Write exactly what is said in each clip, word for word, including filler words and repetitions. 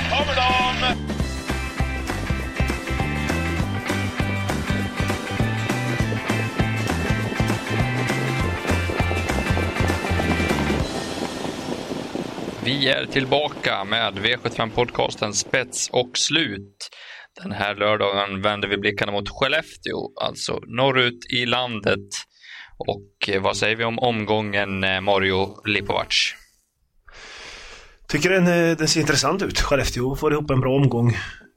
kommer de! Vi är tillbaka med V sjuttiofem-podcasten Spets och slut. Den här lördagen vänder vi blickarna mot Skellefteå, alltså norrut i landet. Och vad säger vi om omgången, Mario Lipovac? Tycker den, den ser intressant ut. Skellefteå får ihop en bra omgång.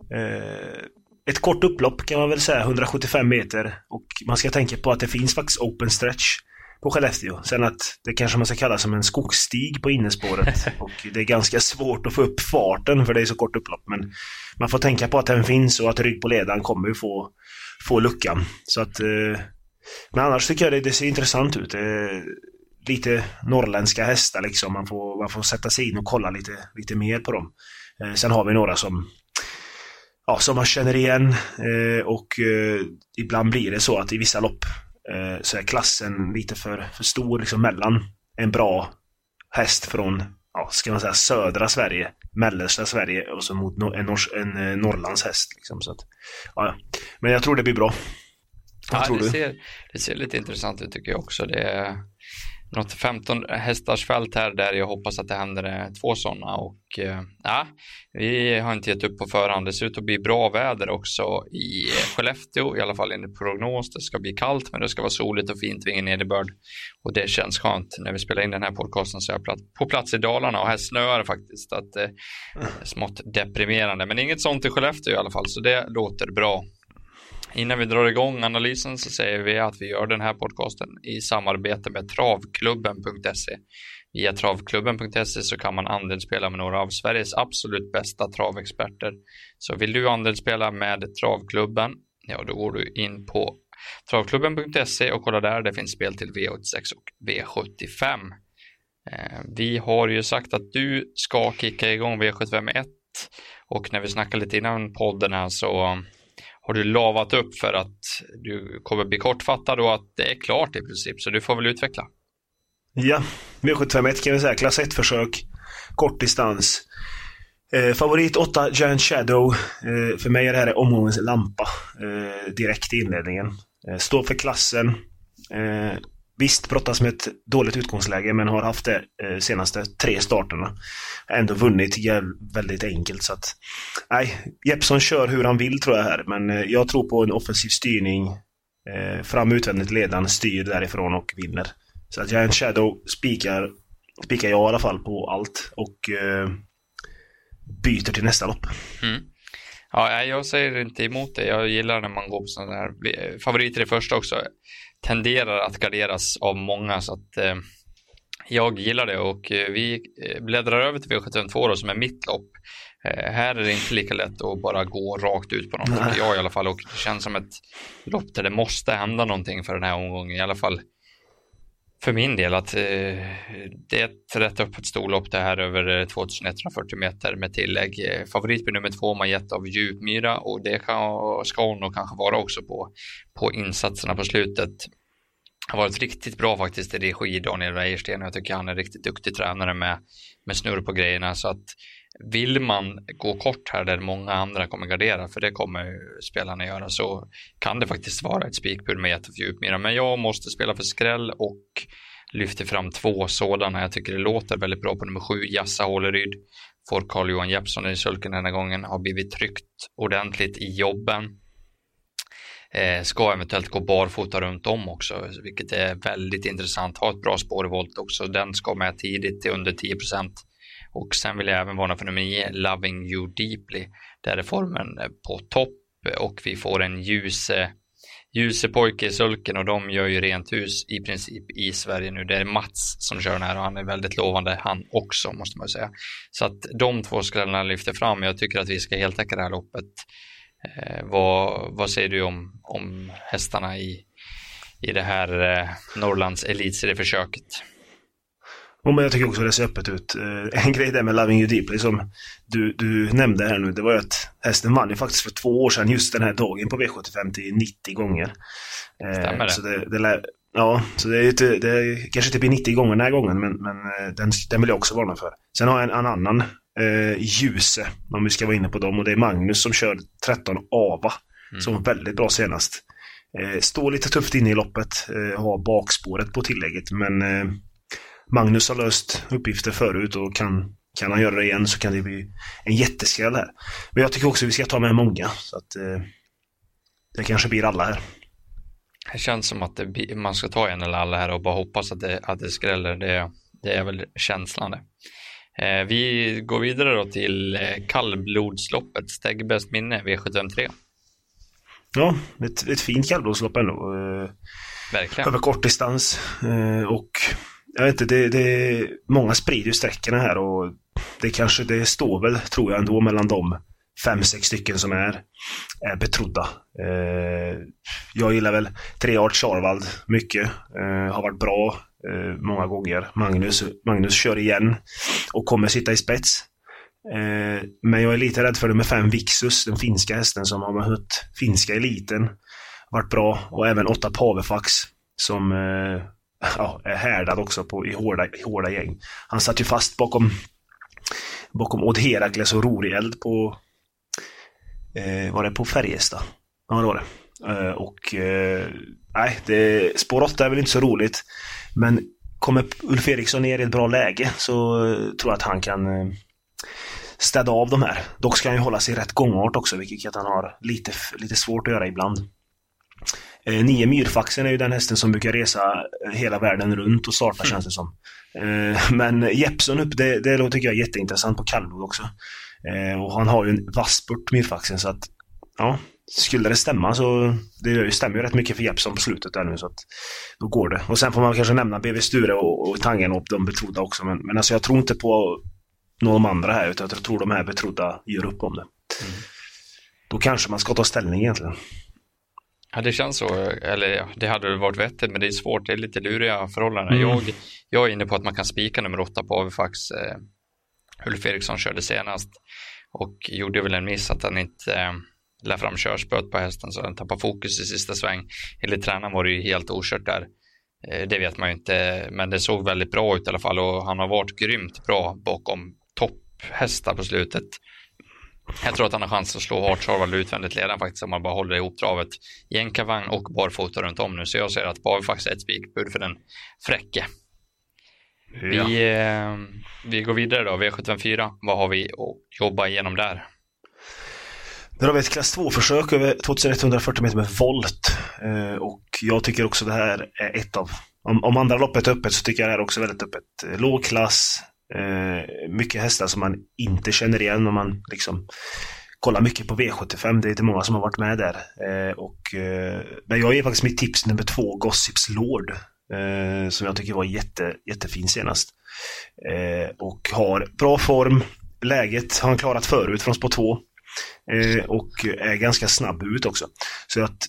Eh, ett kort upplopp kan man väl säga, hundrasjuttiofem meter. Och man ska tänka på att det finns faktiskt open stretch på Skellefteå. Sen att det kanske man ska kalla som en skogsstig på innespåret. Och det är ganska svårt att få upp farten för det är så kort upplopp. Men man får tänka på att den finns och att rygg på ledaren kommer ju få, få luckan. Så att, eh, men annars tycker jag det, det ser intressant ut. Eh, lite norrländska hästar liksom. Man får, man får sätta sig in och kolla lite, lite mer på dem. Eh, sen har vi några som ja, som man känner igen. Eh, och eh, ibland blir det så att i vissa lopp så är klassen lite för, för stor liksom mellan en bra häst från, ja, ska man säga, södra Sverige, mellersta Sverige och så mot no- en, nors- en, en Norrlands häst liksom, så att, ja. Men jag tror det blir bra. Ja, tror det, ser, det ser lite intressant ut tycker jag också. Det är något femton hästars fält här där jag hoppas att det händer två sådana och ja, vi har inte gett upp på förhand. Det ser ut att bli bra väder också i Skellefteå, i alla fall enligt prognos. Det ska bli kallt men det ska vara soligt och fint vid ingen nederbörd och det känns skönt. När vi spelar in den här podcasten så är jag på plats i Dalarna och här snöar faktiskt, att det är smått deprimerande, men inget sånt i Skellefteå i alla fall, så det låter bra. Innan vi drar igång analysen så säger vi att vi gör den här podcasten i samarbete med travklubben punkt se. Via travklubben punkt se så kan man andelsspela med några av Sveriges absolut bästa travexperter. Så vill du andelsspela med Travklubben, ja då går du in på travklubben punkt se och kolla där. Det finns spel till V åttiosex och V sjuttiofem. Eh, vi har ju sagt att du ska kicka igång V sjuttiofem ett och när vi snackar lite innan podden här så har du lovat upp för att du kommer bli kortfattad och att det är klart i princip, så du får väl utveckla. Ja, V sjuttiofem ett kan vi säga, klass ett-försök, kort distans. Eh, favorit åtta Giant Shadow. Eh, för mig är det här omgångens lampa eh, direkt i inledningen. Eh, står för klassen. Eh, visst brottas med ett dåligt utgångsläge men har haft det eh, senaste tre starterna. Ändå vunnit väldigt enkelt, så att nej, Jeppson kör hur han vill tror jag här, men eh, jag tror på en offensiv styrning, eh, fram utvändigt ledan, styr därifrån och vinner. Så att Giant Shadow spikar spikar jag i alla fall på allt och eh, byter till nästa lopp. Mm. Ja, jag säger inte emot det. Jag gillar när man går på sådana här favoriter i första också. Tenderar att garderas av många, så att eh, jag gillar det och eh, vi bläddrar över till V sjuttiotvå då, som är mitt lopp. Eh, här är det inte lika lätt att bara gå rakt ut på något, tycker jag i alla fall, och det känns som ett lopp där det måste hända någonting för den här omgången, i alla fall för min del, att eh, det är ett rätt öppet storlopp det här över tvåtusenetthundrafyrtio meter med tillägg. Eh, favorit på nummer två Majette av Djupmyra, och det kan, ska hon nog kanske vara också på, på insatserna på slutet. Har varit riktigt bra faktiskt i regi Daniel Wäjersten. Jag tycker han är riktigt duktig tränare med, med snurr på grejerna, så att vill man gå kort här där många andra kommer gardera, för det kommer spelarna göra, så kan det faktiskt vara ett spikbud med Majette av Djupmyra. Men jag måste spela för skräll och lyfter fram två sådana. Jag tycker det låter väldigt bra på nummer sju Jassa Håleryd. Får Carl-Johan Jeppsson i sulken den här gången, har blivit tryckt ordentligt i jobben. Eh, ska eventuellt gå barfota runt om också, vilket är väldigt intressant. Ha ett bra spår i volt också. Den ska med tidigt till under tio procent. Och sen vill jag även varna för nummer nio Loving You Deeply. Där är formen på topp och vi får en ljuse ljusepojke i sulken, och de gör ju rent hus i princip i Sverige nu. Det är Mats som kör den här och han är väldigt lovande han också, måste man säga. Så att de två skrällarna lyfter fram. Jag tycker att vi ska helt täcka det här loppet. Eh, vad, vad säger du om, om hästarna i, i det här eh, Norrlands elitserieförsöket? Oh, men jag tycker också det ser öppet ut. Eh, en grej där med Loving You Deeply som du, du nämnde här nu, det var ju att hästen vann ju faktiskt för två år sedan just den här dagen på V sjuttiofem till nittio gånger. Eh, Stämmer det? Så det, det lär, ja, så det är ju det, det kanske inte blir nittio gånger den här gången, men, men den, den vill jag också varna för. Sen har jag en, en annan eh, Ljuse, om vi ska vara inne på dem. Och det är Magnus som kör tretton Ava, mm. som var väldigt bra senast. Eh, står lite tufft inne i loppet, eh, har bakspåret på tillägget, men eh, Magnus har löst uppgifter förut och kan, kan han göra det igen så kan det bli en jätteskräll här. Men jag tycker också att vi ska ta med många, så att eh, det kanske blir alla här. Det känns som att det, man ska ta en eller alla här och bara hoppas att det, att det skräller. Det, det är väl känslan det. Eh, vi går vidare då till eh, kallblodsloppet, Stäggbäst minne, V sjuttiofem. Ja, ett, ett fint kallblodslopp ändå. Eh, Verkligen. Över kort distans. Eh, och jag vet inte, det, det, många sprider ju sträckorna här och det kanske, det står väl, tror jag ändå, mellan de fem, sex stycken som är, är betrodda. Eh, jag gillar väl tre Art Charvald mycket. Eh, har varit bra eh, många gånger. Magnus, Magnus kör igen och kommer sitta i spets. Eh, men jag är lite rädd för nummer fem Vixus, den finska hästen som har mött finska eliten. Varit bra. Och även åtta Pavefax som eh, ja, är härdad också på, i, hårda, i hårda gäng. Han satt ju fast bakom bakom Odd Herakles och Rorield på Eh, var det på Färjestad? Ja, det var det. Eh, och eh, nej, det, spår åtta är väl inte så roligt, men kommer Ulf Eriksson ner i ett bra läge så eh, tror jag att han kan eh, städa av de här. Dock ska han ju hålla sig i rätt gångart också, vilket han har lite, lite svårt att göra ibland. Eh, nio Myrfaxen är ju den hästen som brukar resa hela världen runt och starta, känns det som. Eh, men Jeppson upp, det, det tycker jag är jätteintressant på kallblod också. Eh, och han har ju en vassburt Myrfaxen, så att ja, skulle det stämma så det stämmer ju rätt mycket för Jeppson på slutet där nu, så att då går det. Och sen får man kanske nämna B V Sture och, och Tangen och de betrodda också, men, men alltså jag tror inte på någon andra här, utan jag tror de här betrodda gör upp om det. Mm. Då kanske man ska ta ställning egentligen. Ja, det känns så, eller ja, det hade väl varit vettigt, men det är svårt, det är lite luriga förhållanden. Mm. Jag, jag är inne på att man kan spika nummer åtta på Avifax. eh, Ulf Eriksson körde senast och gjorde väl en miss att han inte eh, lade fram körspöt på hästen, så han tappade fokus i sista sväng. Enligt tränaren var det ju helt okört där. Eh, det vet man ju inte, men det såg väldigt bra ut i alla fall, och han har varit grymt bra bakom topphästar på slutet. Jag tror att han har chans att slå hårt Charvald utvändigt ledaren faktiskt, om man bara håller ihop travet. Jänkarvagn och barfota runt om nu, så jag ser att bara faktiskt ett spikbud för den fräcke. Ja. Vi, eh, vi går vidare då, V sjuttiofem. Vad har vi att jobba igenom där? Där har vi ett klass två-försök över tjugoett fyrtio meter med volt. Eh, och jag tycker också det här är ett av... Om, om andra loppet är öppet så tycker jag det här är också väldigt öppet. Låg klass, eh, mycket hästar som man inte känner igen om man liksom kollar mycket på V sjuttiofem. Det är inte många som har varit med där. Eh, och, eh, men jag ger faktiskt mitt tips nummer två, Gossips Lord. Eh, som jag tycker var jätte, jättefin senast. Eh, och har bra form. Läget har han klarat förut från spår två. Eh, och är ganska snabb ut också. Så att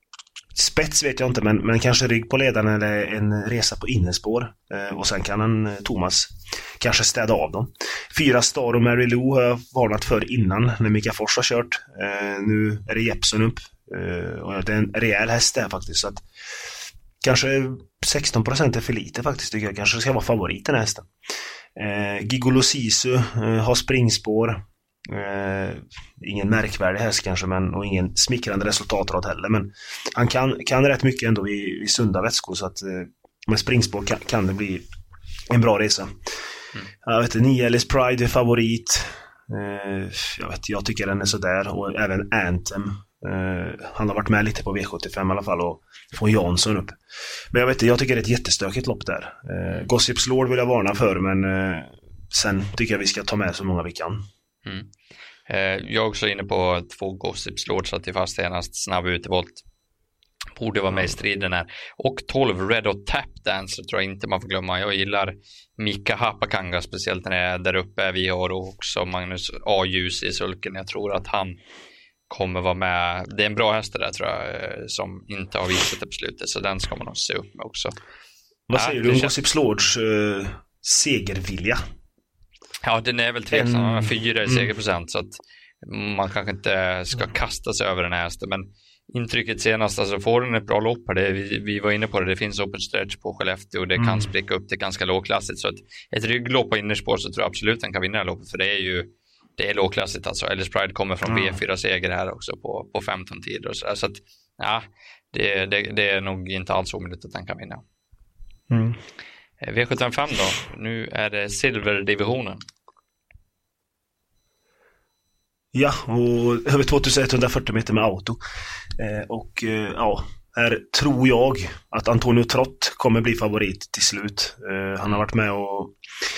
spets vet jag inte, men, men kanske rygg på ledaren eller en resa på innerspår. Eh, och sen kan han, Thomas, kanske städa av dem. Fyra Star och Mary Lou har jag varnat för innan när Mika Fors har kört. Eh, nu är det Jeppson upp. Eh, och det är en rejäl häst där faktiskt, så att kanske sexton procent är för lite faktiskt, tycker jag. Kanske ska vara favoriten hästen. Eh, Gigolo Sisu eh, har springspår. Eh, ingen märkvärdig häst kanske, men, och ingen smickrande resultatrad heller. Men han kan, kan rätt mycket ändå i, i sunda vätskor, så att eh, med springspår kan, kan det bli en bra resa. Mm. Jag vet inte, nio Alice Pride är favorit. Eh, jag, vet, jag tycker den är sådär. Och även Anthem. Uh, han har varit med lite på V sjuttiofem i alla fall, och får Jansson upp. Men jag vet inte, jag tycker det är ett jättestökigt lopp där. uh, Gossips Lord vill jag varna för, men uh, sen tycker jag vi ska ta med så många vi kan. mm. uh, Jag är också inne på två Gossips Lord, så att det fast senast snabb ut i volt. Borde vara med i striden här. Och tolv Red Hot Tap Dance tror jag inte man får glömma. Jag gillar Mika Hapakanga, speciellt när det är där uppe. Vi har också Magnus A. Ljus i sulken. Jag tror att han kommer vara med. Det är en bra häst där, tror jag, som inte har visat det på slutet, så den ska man nog se upp med också. Vad säger ja, du om Gossips Lords uh, segervilja? Ja, den är väl tveksam. En... Fyra i segerprocent, mm. så att man kanske inte ska kasta sig över den här hästen, men intrycket senast, alltså får den ett bra lopp här, det, vi, vi var inne på det, det finns open stretch på Skellefteå och det mm. kan spricka upp till ganska lågklassigt, så att ett rygglopp på innerspår så tror jag absolut den kan vinna det loppet, för det är ju det är lågklassigt alltså. Ellis Pride kommer från mm. B fyra-seger här också på, på femton tider och så, så att ja, det, det, det är nog inte alls omöjligt att den kan vinna. Mm. V sjuttiofem då, nu är det silverdivisionen. Ja, och över tjugoett fyrtio meter med auto. Eh, och eh, ja, här tror jag att Antonio Trott kommer bli favorit till slut. Eh, han har varit med och...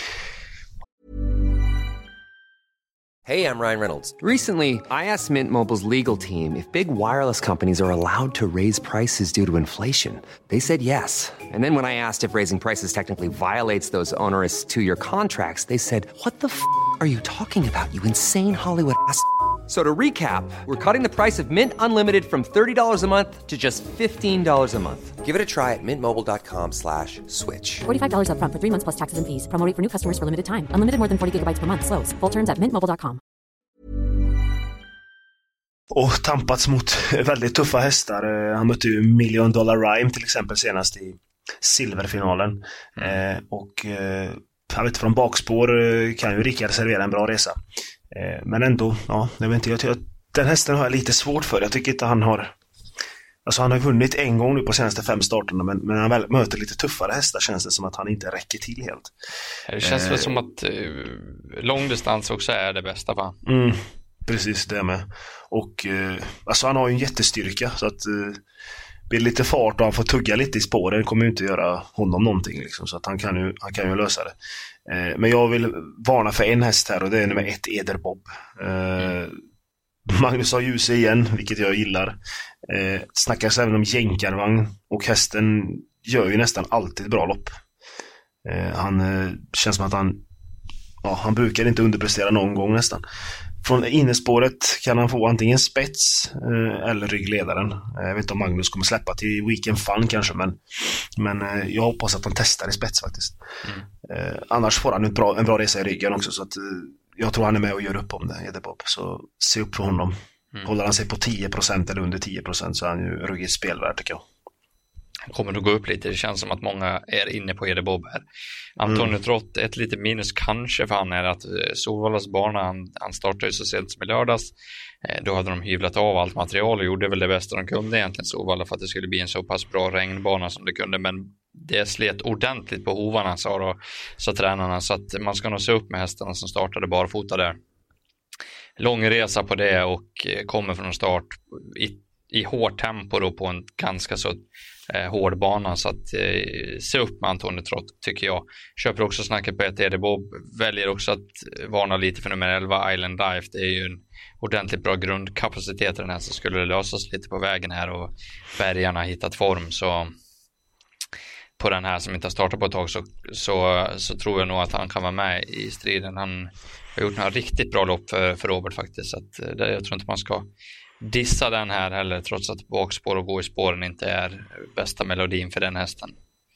Hey, I'm Ryan Reynolds. Recently, I asked Mint Mobile's legal team if big wireless companies are allowed to raise prices due to inflation. They said yes. And then when I asked if raising prices technically violates those onerous two-year contracts, they said, what the f*** are you talking about, you insane Hollywood ass? So to recap, we're cutting the price of Mint Unlimited from thirty dollars a month to just fifteen dollars a month. Give it a try at mintmobile.com slash switch. forty-five dollars up front for three months plus taxes and fees. Promo rate for new customers for limited time. Unlimited more than forty gigabytes per month. Slows full terms at mint mobile dot com. Och tampats mot väldigt tuffa hästar. Han mötte ju Million Dollar Rhyme till exempel senast i silverfinalen. Mm. Eh, och eh, jag vet, från bakspår kan ju Rickard servera en bra resa. Eh, men ändå, ja, jag vet inte, jag tycker att den hästen har jag lite svårt för. Jag tycker inte han har, alltså han har vunnit en gång nu på senaste fem starterna, men, men han väl möter lite tuffare hästar känns det som att han inte räcker till helt. Det känns eh, väl som att uh, långdistans också är det bästa va? Mm, precis, det med. Och uh, alltså han har ju en jättestyrka så att uh, blir lite fart och han får tugga lite i spåren kommer ju inte göra honom någonting liksom, så att han kan ju, han kan ju lösa det. Eh, men jag vill varna för en häst här och det är nummer ett Ederbob. Eh, mm. Magnus har ljus igen, vilket jag gillar. Eh, snackas även om jänkarvagn och hästen gör ju nästan alltid bra lopp. Eh, han eh, känns som att han ja, han brukar inte underprestera någon gång nästan. Från innespåret kan han få antingen spets eh, eller ryggledaren. Eh, jag vet inte om Magnus kommer släppa till Weekend Fun kanske, men, men eh, jag hoppas att han testar i spets faktiskt. Mm. Eh, annars får han en bra, en bra resa i ryggen också, så att eh, jag tror han är med och gör upp om det, Ederbob. Så se upp för honom. Mm. Håller han sig på tio procent eller under tio procent så är han ju ruggigt spelvärd tycker jag. Kommer att gå upp lite. Det känns som att många är inne på Ederbob här. Antonio mm. Trott, ett litet minus kanske för han är att Solvallas bana, han, han startade ju så sent som i lördags. Eh, då hade de hyvlat av allt material och gjorde väl det bästa de kunde egentligen, Solvalla, för att det skulle bli en så pass bra regnbana som det kunde. Men det slet ordentligt på hovarna, sa, då, sa tränarna, så att man ska nog se upp med hästarna som startade barfota där. Lång resa på det och kommer från start i, i hårt tempo då på en ganska så eh, hård bana, så att eh, se upp med Antonio Trott tycker jag. Köper också snacket på ett Ederbob, väljer också att varna lite för nummer elva Island Life. Det är ju en ordentligt bra grundkapacitet i den här, så skulle det lösas lite på vägen här och bergarna hittat form, så på den här som inte har startat på ett tag så, så, så tror jag nog att han kan vara med i striden. Han har gjort några riktigt bra lopp för, för Robert faktiskt, så att det, jag tror inte man ska dissa den här heller, trots att bakspår och gå i spåren inte är bästa melodin för den hästen.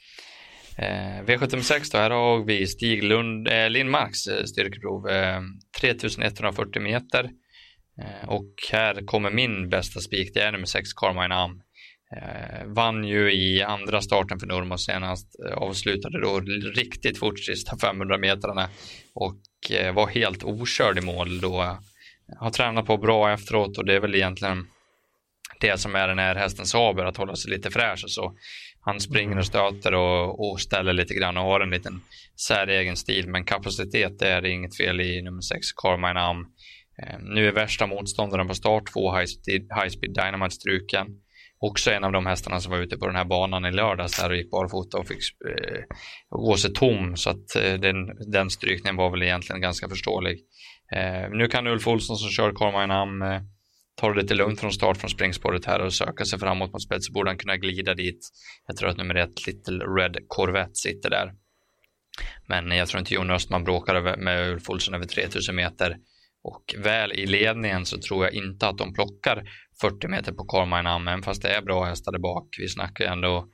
Eh, V sjuttiosex då, här har vi Stig Lund, eh, Lindmarks eh, styrkeprov, eh, tre tusen etthundrafyrtio meter, eh, och här kommer min bästa spik, det är nummer sex Carmine Am. Eh, vann ju i andra starten för Nurmos senast, eh, avslutade då riktigt fort sista femhundra metrarna och eh, var helt okörd i mål då. Har tränat på bra efteråt och det är väl egentligen det som är den här hästens aber, att hålla sig lite fräsch och så. Han springer och stöter och, och ställer lite grann och har en liten säregen stil, men kapacitet, det är inget fel i nummer sex Carmine Am. Eh, nu är värsta motståndaren på start två High Speed, High Speed Dynamite struken. Också en av de hästarna som var ute på den här banan i lördags här och gick barfota och fick eh, gå sig tom, så att eh, den, den strykningen var väl egentligen ganska förståelig. Eh, nu kan Ulf Olsson som kör Carmine Am eh, ta det lite lugnt från start från springspåret här och söka sig framåt mot spets, så borde han kunna glida dit. Jag tror att nummer ett Little Red Corvette sitter där. Men jag tror inte Jon Östman bråkar med Ulf Olsson över tre tusen meter. Och väl i ledningen så tror jag inte att de plockar fyrtio meter på Carmine Am, men fast det är bra hästar där bak. Vi snackar ju ändå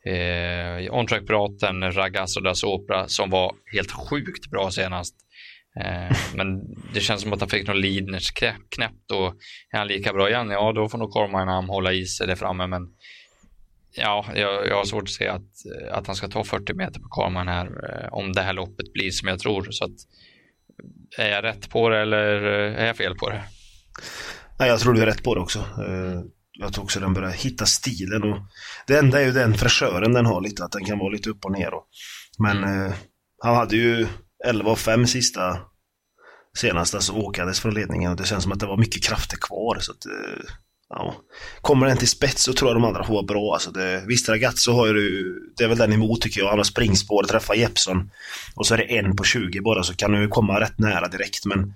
eh, on-track-piraten Ragazzo da Sopra som var helt sjukt bra senast. Eh, men det känns som att han fick någon Lidners knäpp och är han lika bra igen, ja då får nog Cormainam hålla i sig där framme, men ja, jag, jag har svårt att se att, att han ska ta fyrtio meter på Cormain här eh, om det här loppet blir som jag tror, så att är jag rätt på det eller är jag fel på det? Nej, jag tror du är rätt på det också. Eh, jag tror också den börjar hitta stilen, och det enda är ju den fräschören den har lite, att den kan vara lite upp och ner och, men mm. eh, han hade ju elva och fem sista senaste så åkades från ledningen, och det känns som att det var mycket krafter kvar, så att eh, ja. Kommer den till spets så tror jag de andra får vara bra. Alltså det, visst, Ragazzo har ju, det är väl den emot tycker jag. Han har springspår, träffar Jeppson och så är det en på tjugo bara, så kan du komma rätt nära direkt. Men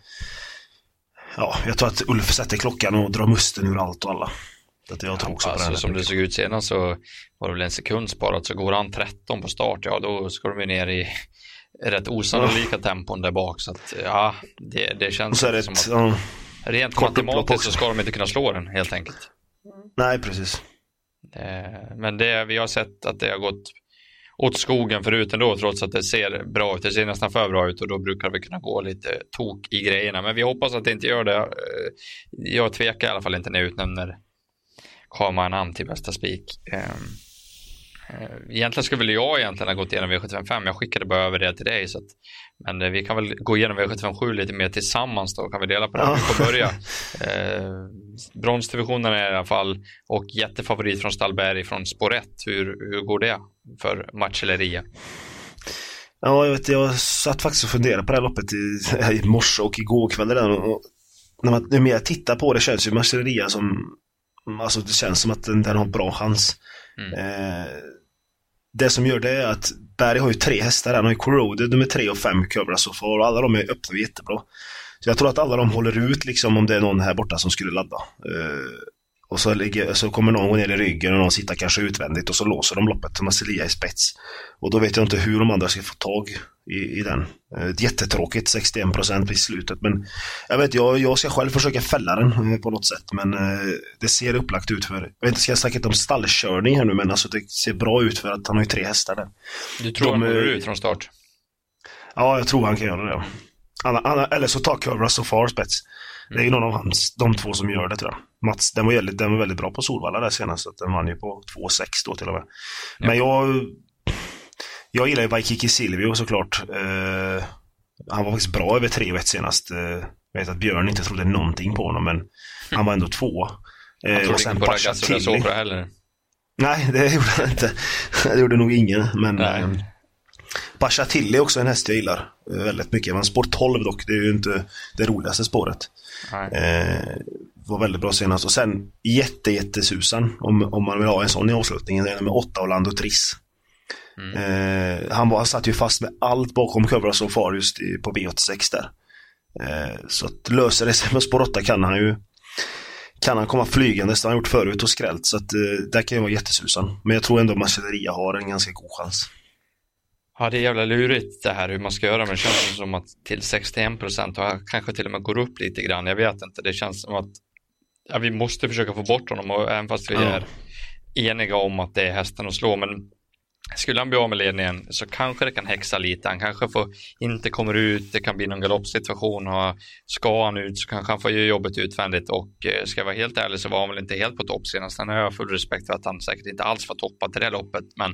ja, jag tror att Ulf sätter klockan och drar musten ur allt och alla. Att jag tror också ja, på alltså, den som det såg ut senast så var det väl en sekund sparat, så går han tretton på start, ja då ska de ner i rätt osannolika tempon där bak, så att ja, det, det känns det som ett, att ja, rent matematiskt så ska de inte kunna slå den helt enkelt. Nej, precis. Det, men det, vi har sett att det har gått åt skogen förut ändå, trots att det ser bra ut. Det ser nästan för bra ut och då brukar vi kunna gå lite tok i grejerna. Men vi hoppas att det inte gör det. Jag tvekar i alla fall inte när jag utnämner Cormainam till bästa spik. Egentligen skulle väl jag egentligen ha gått igenom V sjuttiofem. Jag skickade bara över det till dig. Så att, men vi kan väl gå igenom V sjuttiofem sju lite mer tillsammans då. Kan vi dela på det? Vi får börja. Eh, bronsdivisionen är i alla fall. Och jättefavorit från Stallberg från spår ett. Hur, hur går det för Marcelleria? Ja, jag vet, jag satt faktiskt och funderade på det här loppet i, i morse och igår kväll. Och, och, när man när jag tittar på det känns ju Marcelleria som, alltså det känns som att den, den har bra chans. Mm. Eh, det som gör det är att Berg har ju tre hästar. Han har ju Corroded, nummer tre och fem Cobra så far, och alla de är öppna jättebra. Så jag tror att alla de håller ut liksom om det är någon här borta som skulle ladda. Eh, och så, ligger, så kommer någon gå ner i ryggen och någon sitter kanske utvändigt och så låser de loppet till Marcellia i spets. Och då vet jag inte hur de andra ska få tag i, i den. Eh, jättetråkigt, sextioen procent i slutet. Men jag vet, jag, jag ska själv försöka fälla den eh, på något sätt. Men eh, det ser upplagt ut för, jag vet inte, ska jag snacka om stallkörning här nu, men alltså det ser bra ut för att han har ju tre hästar där. Du tror de, han håller ut från start? Ja, jag tror han kan göra det. Anna, Anna, eller så tar Curva så far spets. Det är ju någon av hans, de två som gör det tror jag. Mats, den var, väldigt, den var väldigt bra på Solvalla där senast. Så den vann ju på två sex då till och med. Ja. Men jag jag gillar ju Waikiki Silvio såklart. Eh, han var faktiskt bra över tre och ett senast. Eh, jag vet att Björn inte trodde någonting på honom, men mm. han var ändå två. Eh, han trodde inte på Ragazzo där Sopra heller. Nej, det gjorde han inte. Det gjorde nog ingen, men... Nej. Eh, Bacciatilli är också en häst jag gillar eh, väldigt mycket. Men spår tolv dock, det är ju inte det roligaste spåret. Eh, var väldigt bra senast. Och sen jätte, jättesusan om, om man vill ha en sån i avslutningen. Det är med åtta Orlando Triss. Mm. Eh, han, var, han satt ju fast med allt bakom Cobra so far just i, på B åttiosex där. Eh, så att löser det sig med spår åtta kan han ju kan han komma flygande, det har han gjort förut och skrällt. Så att eh, där kan ju vara jättesusan. Men jag tror ändå att Marcelleria har en ganska god chans. Ja, det är jävla lurigt det här hur man ska göra, men det känns som att till sextioen procent och kanske till och med går upp lite grann, jag vet inte, det känns som att ja, vi måste försöka få bort honom, och även fast vi ja. är eniga om att det är hästen att slå, men skulle han bli av med ledningen så kanske det kan häxa lite, han kanske får, inte kommer ut, det kan bli någon galoppsituation, och ska han ut så kanske han får ju jobbet utvändigt, och ska jag vara helt ärlig så var han väl inte helt på topp senast. Sen har jag full respekt för att han säkert inte alls får toppa till det loppet, men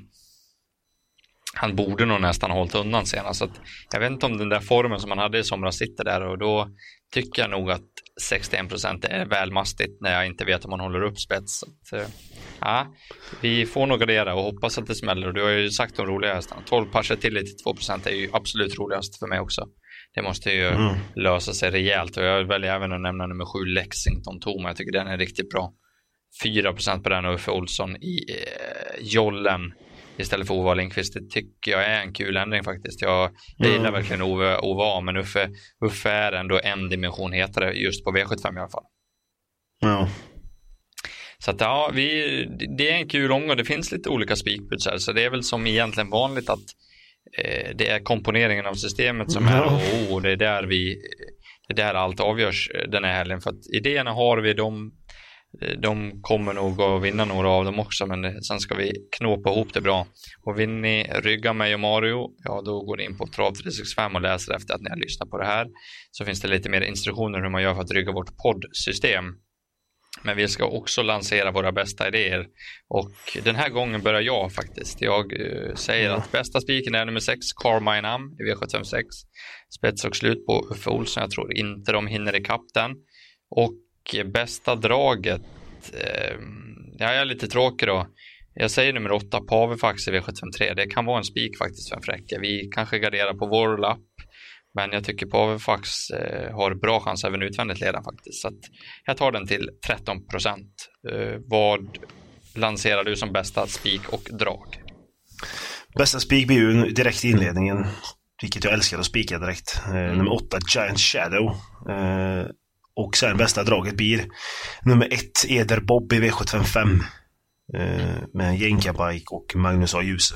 han borde nog nästan ha hållit undan senast. Så att jag vet inte om den där formen som han hade i somras sitter där, och då tycker jag nog att sextioen procent är välmastigt när jag inte vet om man håller upp spets. Så att, ja, vi får nog gardera och hoppas att det smäller. Och du har ju sagt de roliga hästarna. tolv Pascha till till två procent är ju absolut roligast för mig också. Det måste ju mm. lösa sig rejält. Och jag väljer även att nämna nummer sju Lexington Toma. Jag tycker den är riktigt bra. fyra procent på den och Uffe Olsson i eh, jollen istället för Ove Lindqvist. Det tycker jag är en kul ändring faktiskt. Jag, jag gillar mm. verkligen Ove, Ove A, men Uffe, Uffe är ändå en dimension hetare just på V sjuttiofem i alla fall. Ja. Så att ja, vi, det är en kul omgång. Det finns lite olika spikbud så här, så det är väl som egentligen vanligt att eh, det är komponeringen av systemet som är och oh, det är där vi det är där allt avgörs den här helgen, för att idéerna har vi, de de kommer nog att vinna några av dem också, men sen ska vi knåpa ihop det bra. Och vill ni rygga mig och Mario, ja då går ni in på Trav tre sextiofem och läser efter att ni har lyssnat på det här. Så finns det lite mer instruktioner hur man gör för att rygga vårt poddsystem. Men vi ska också lansera våra bästa idéer. Och den här gången börjar jag faktiskt. Jag uh, säger mm. att bästa spiken är nummer sex, Carmine Am i V sjuttiofem sex. Spets och slut på Uffe Olsson. Jag tror inte de hinner i kapten. Och bästa draget, uh, ja, jag är lite tråkig då. Jag säger nummer åtta, Pavefax i V sjuttiofem tre. Det kan vara en spik faktiskt för en fräcka. Vi kanske garderar på vår lapp. Men jag tycker Pavefax eh, har bra chans även utvändigt ledan faktiskt. Så att jag tar den till tretton procent. Eh, vad lanserar du som bästa spik och drag? Bästa spik blir ju direkt i inledningen. Vilket jag älskar att spika direkt. Eh, mm. Nummer åtta, Giant Shadow. Eh, och sen bästa draget blir nummer ett, Eder Bob i V sjuttiofem. Eh, med en Jänkabike och Magnus A. Djuse.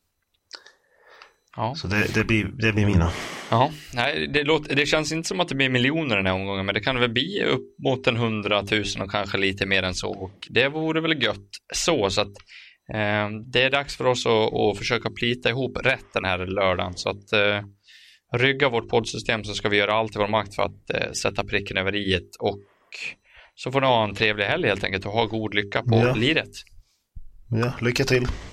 Ja. Så det, det, blir, det blir mina. Ja, nej, det, låter, det känns inte som att det blir miljoner den här omgången, men det kan väl bli upp mot en hundratusen och kanske lite mer än så. Och det vore väl gött så, så att eh, det är dags för oss att, att försöka plita ihop rätt den här lördagen. Så att eh, rygga vårt poddsystem, så ska vi göra allt i vår makt för att eh, sätta pricken över iet. Och så får ni ha en trevlig helg helt enkelt och ha god lycka på ja. liret. Ja, lycka till.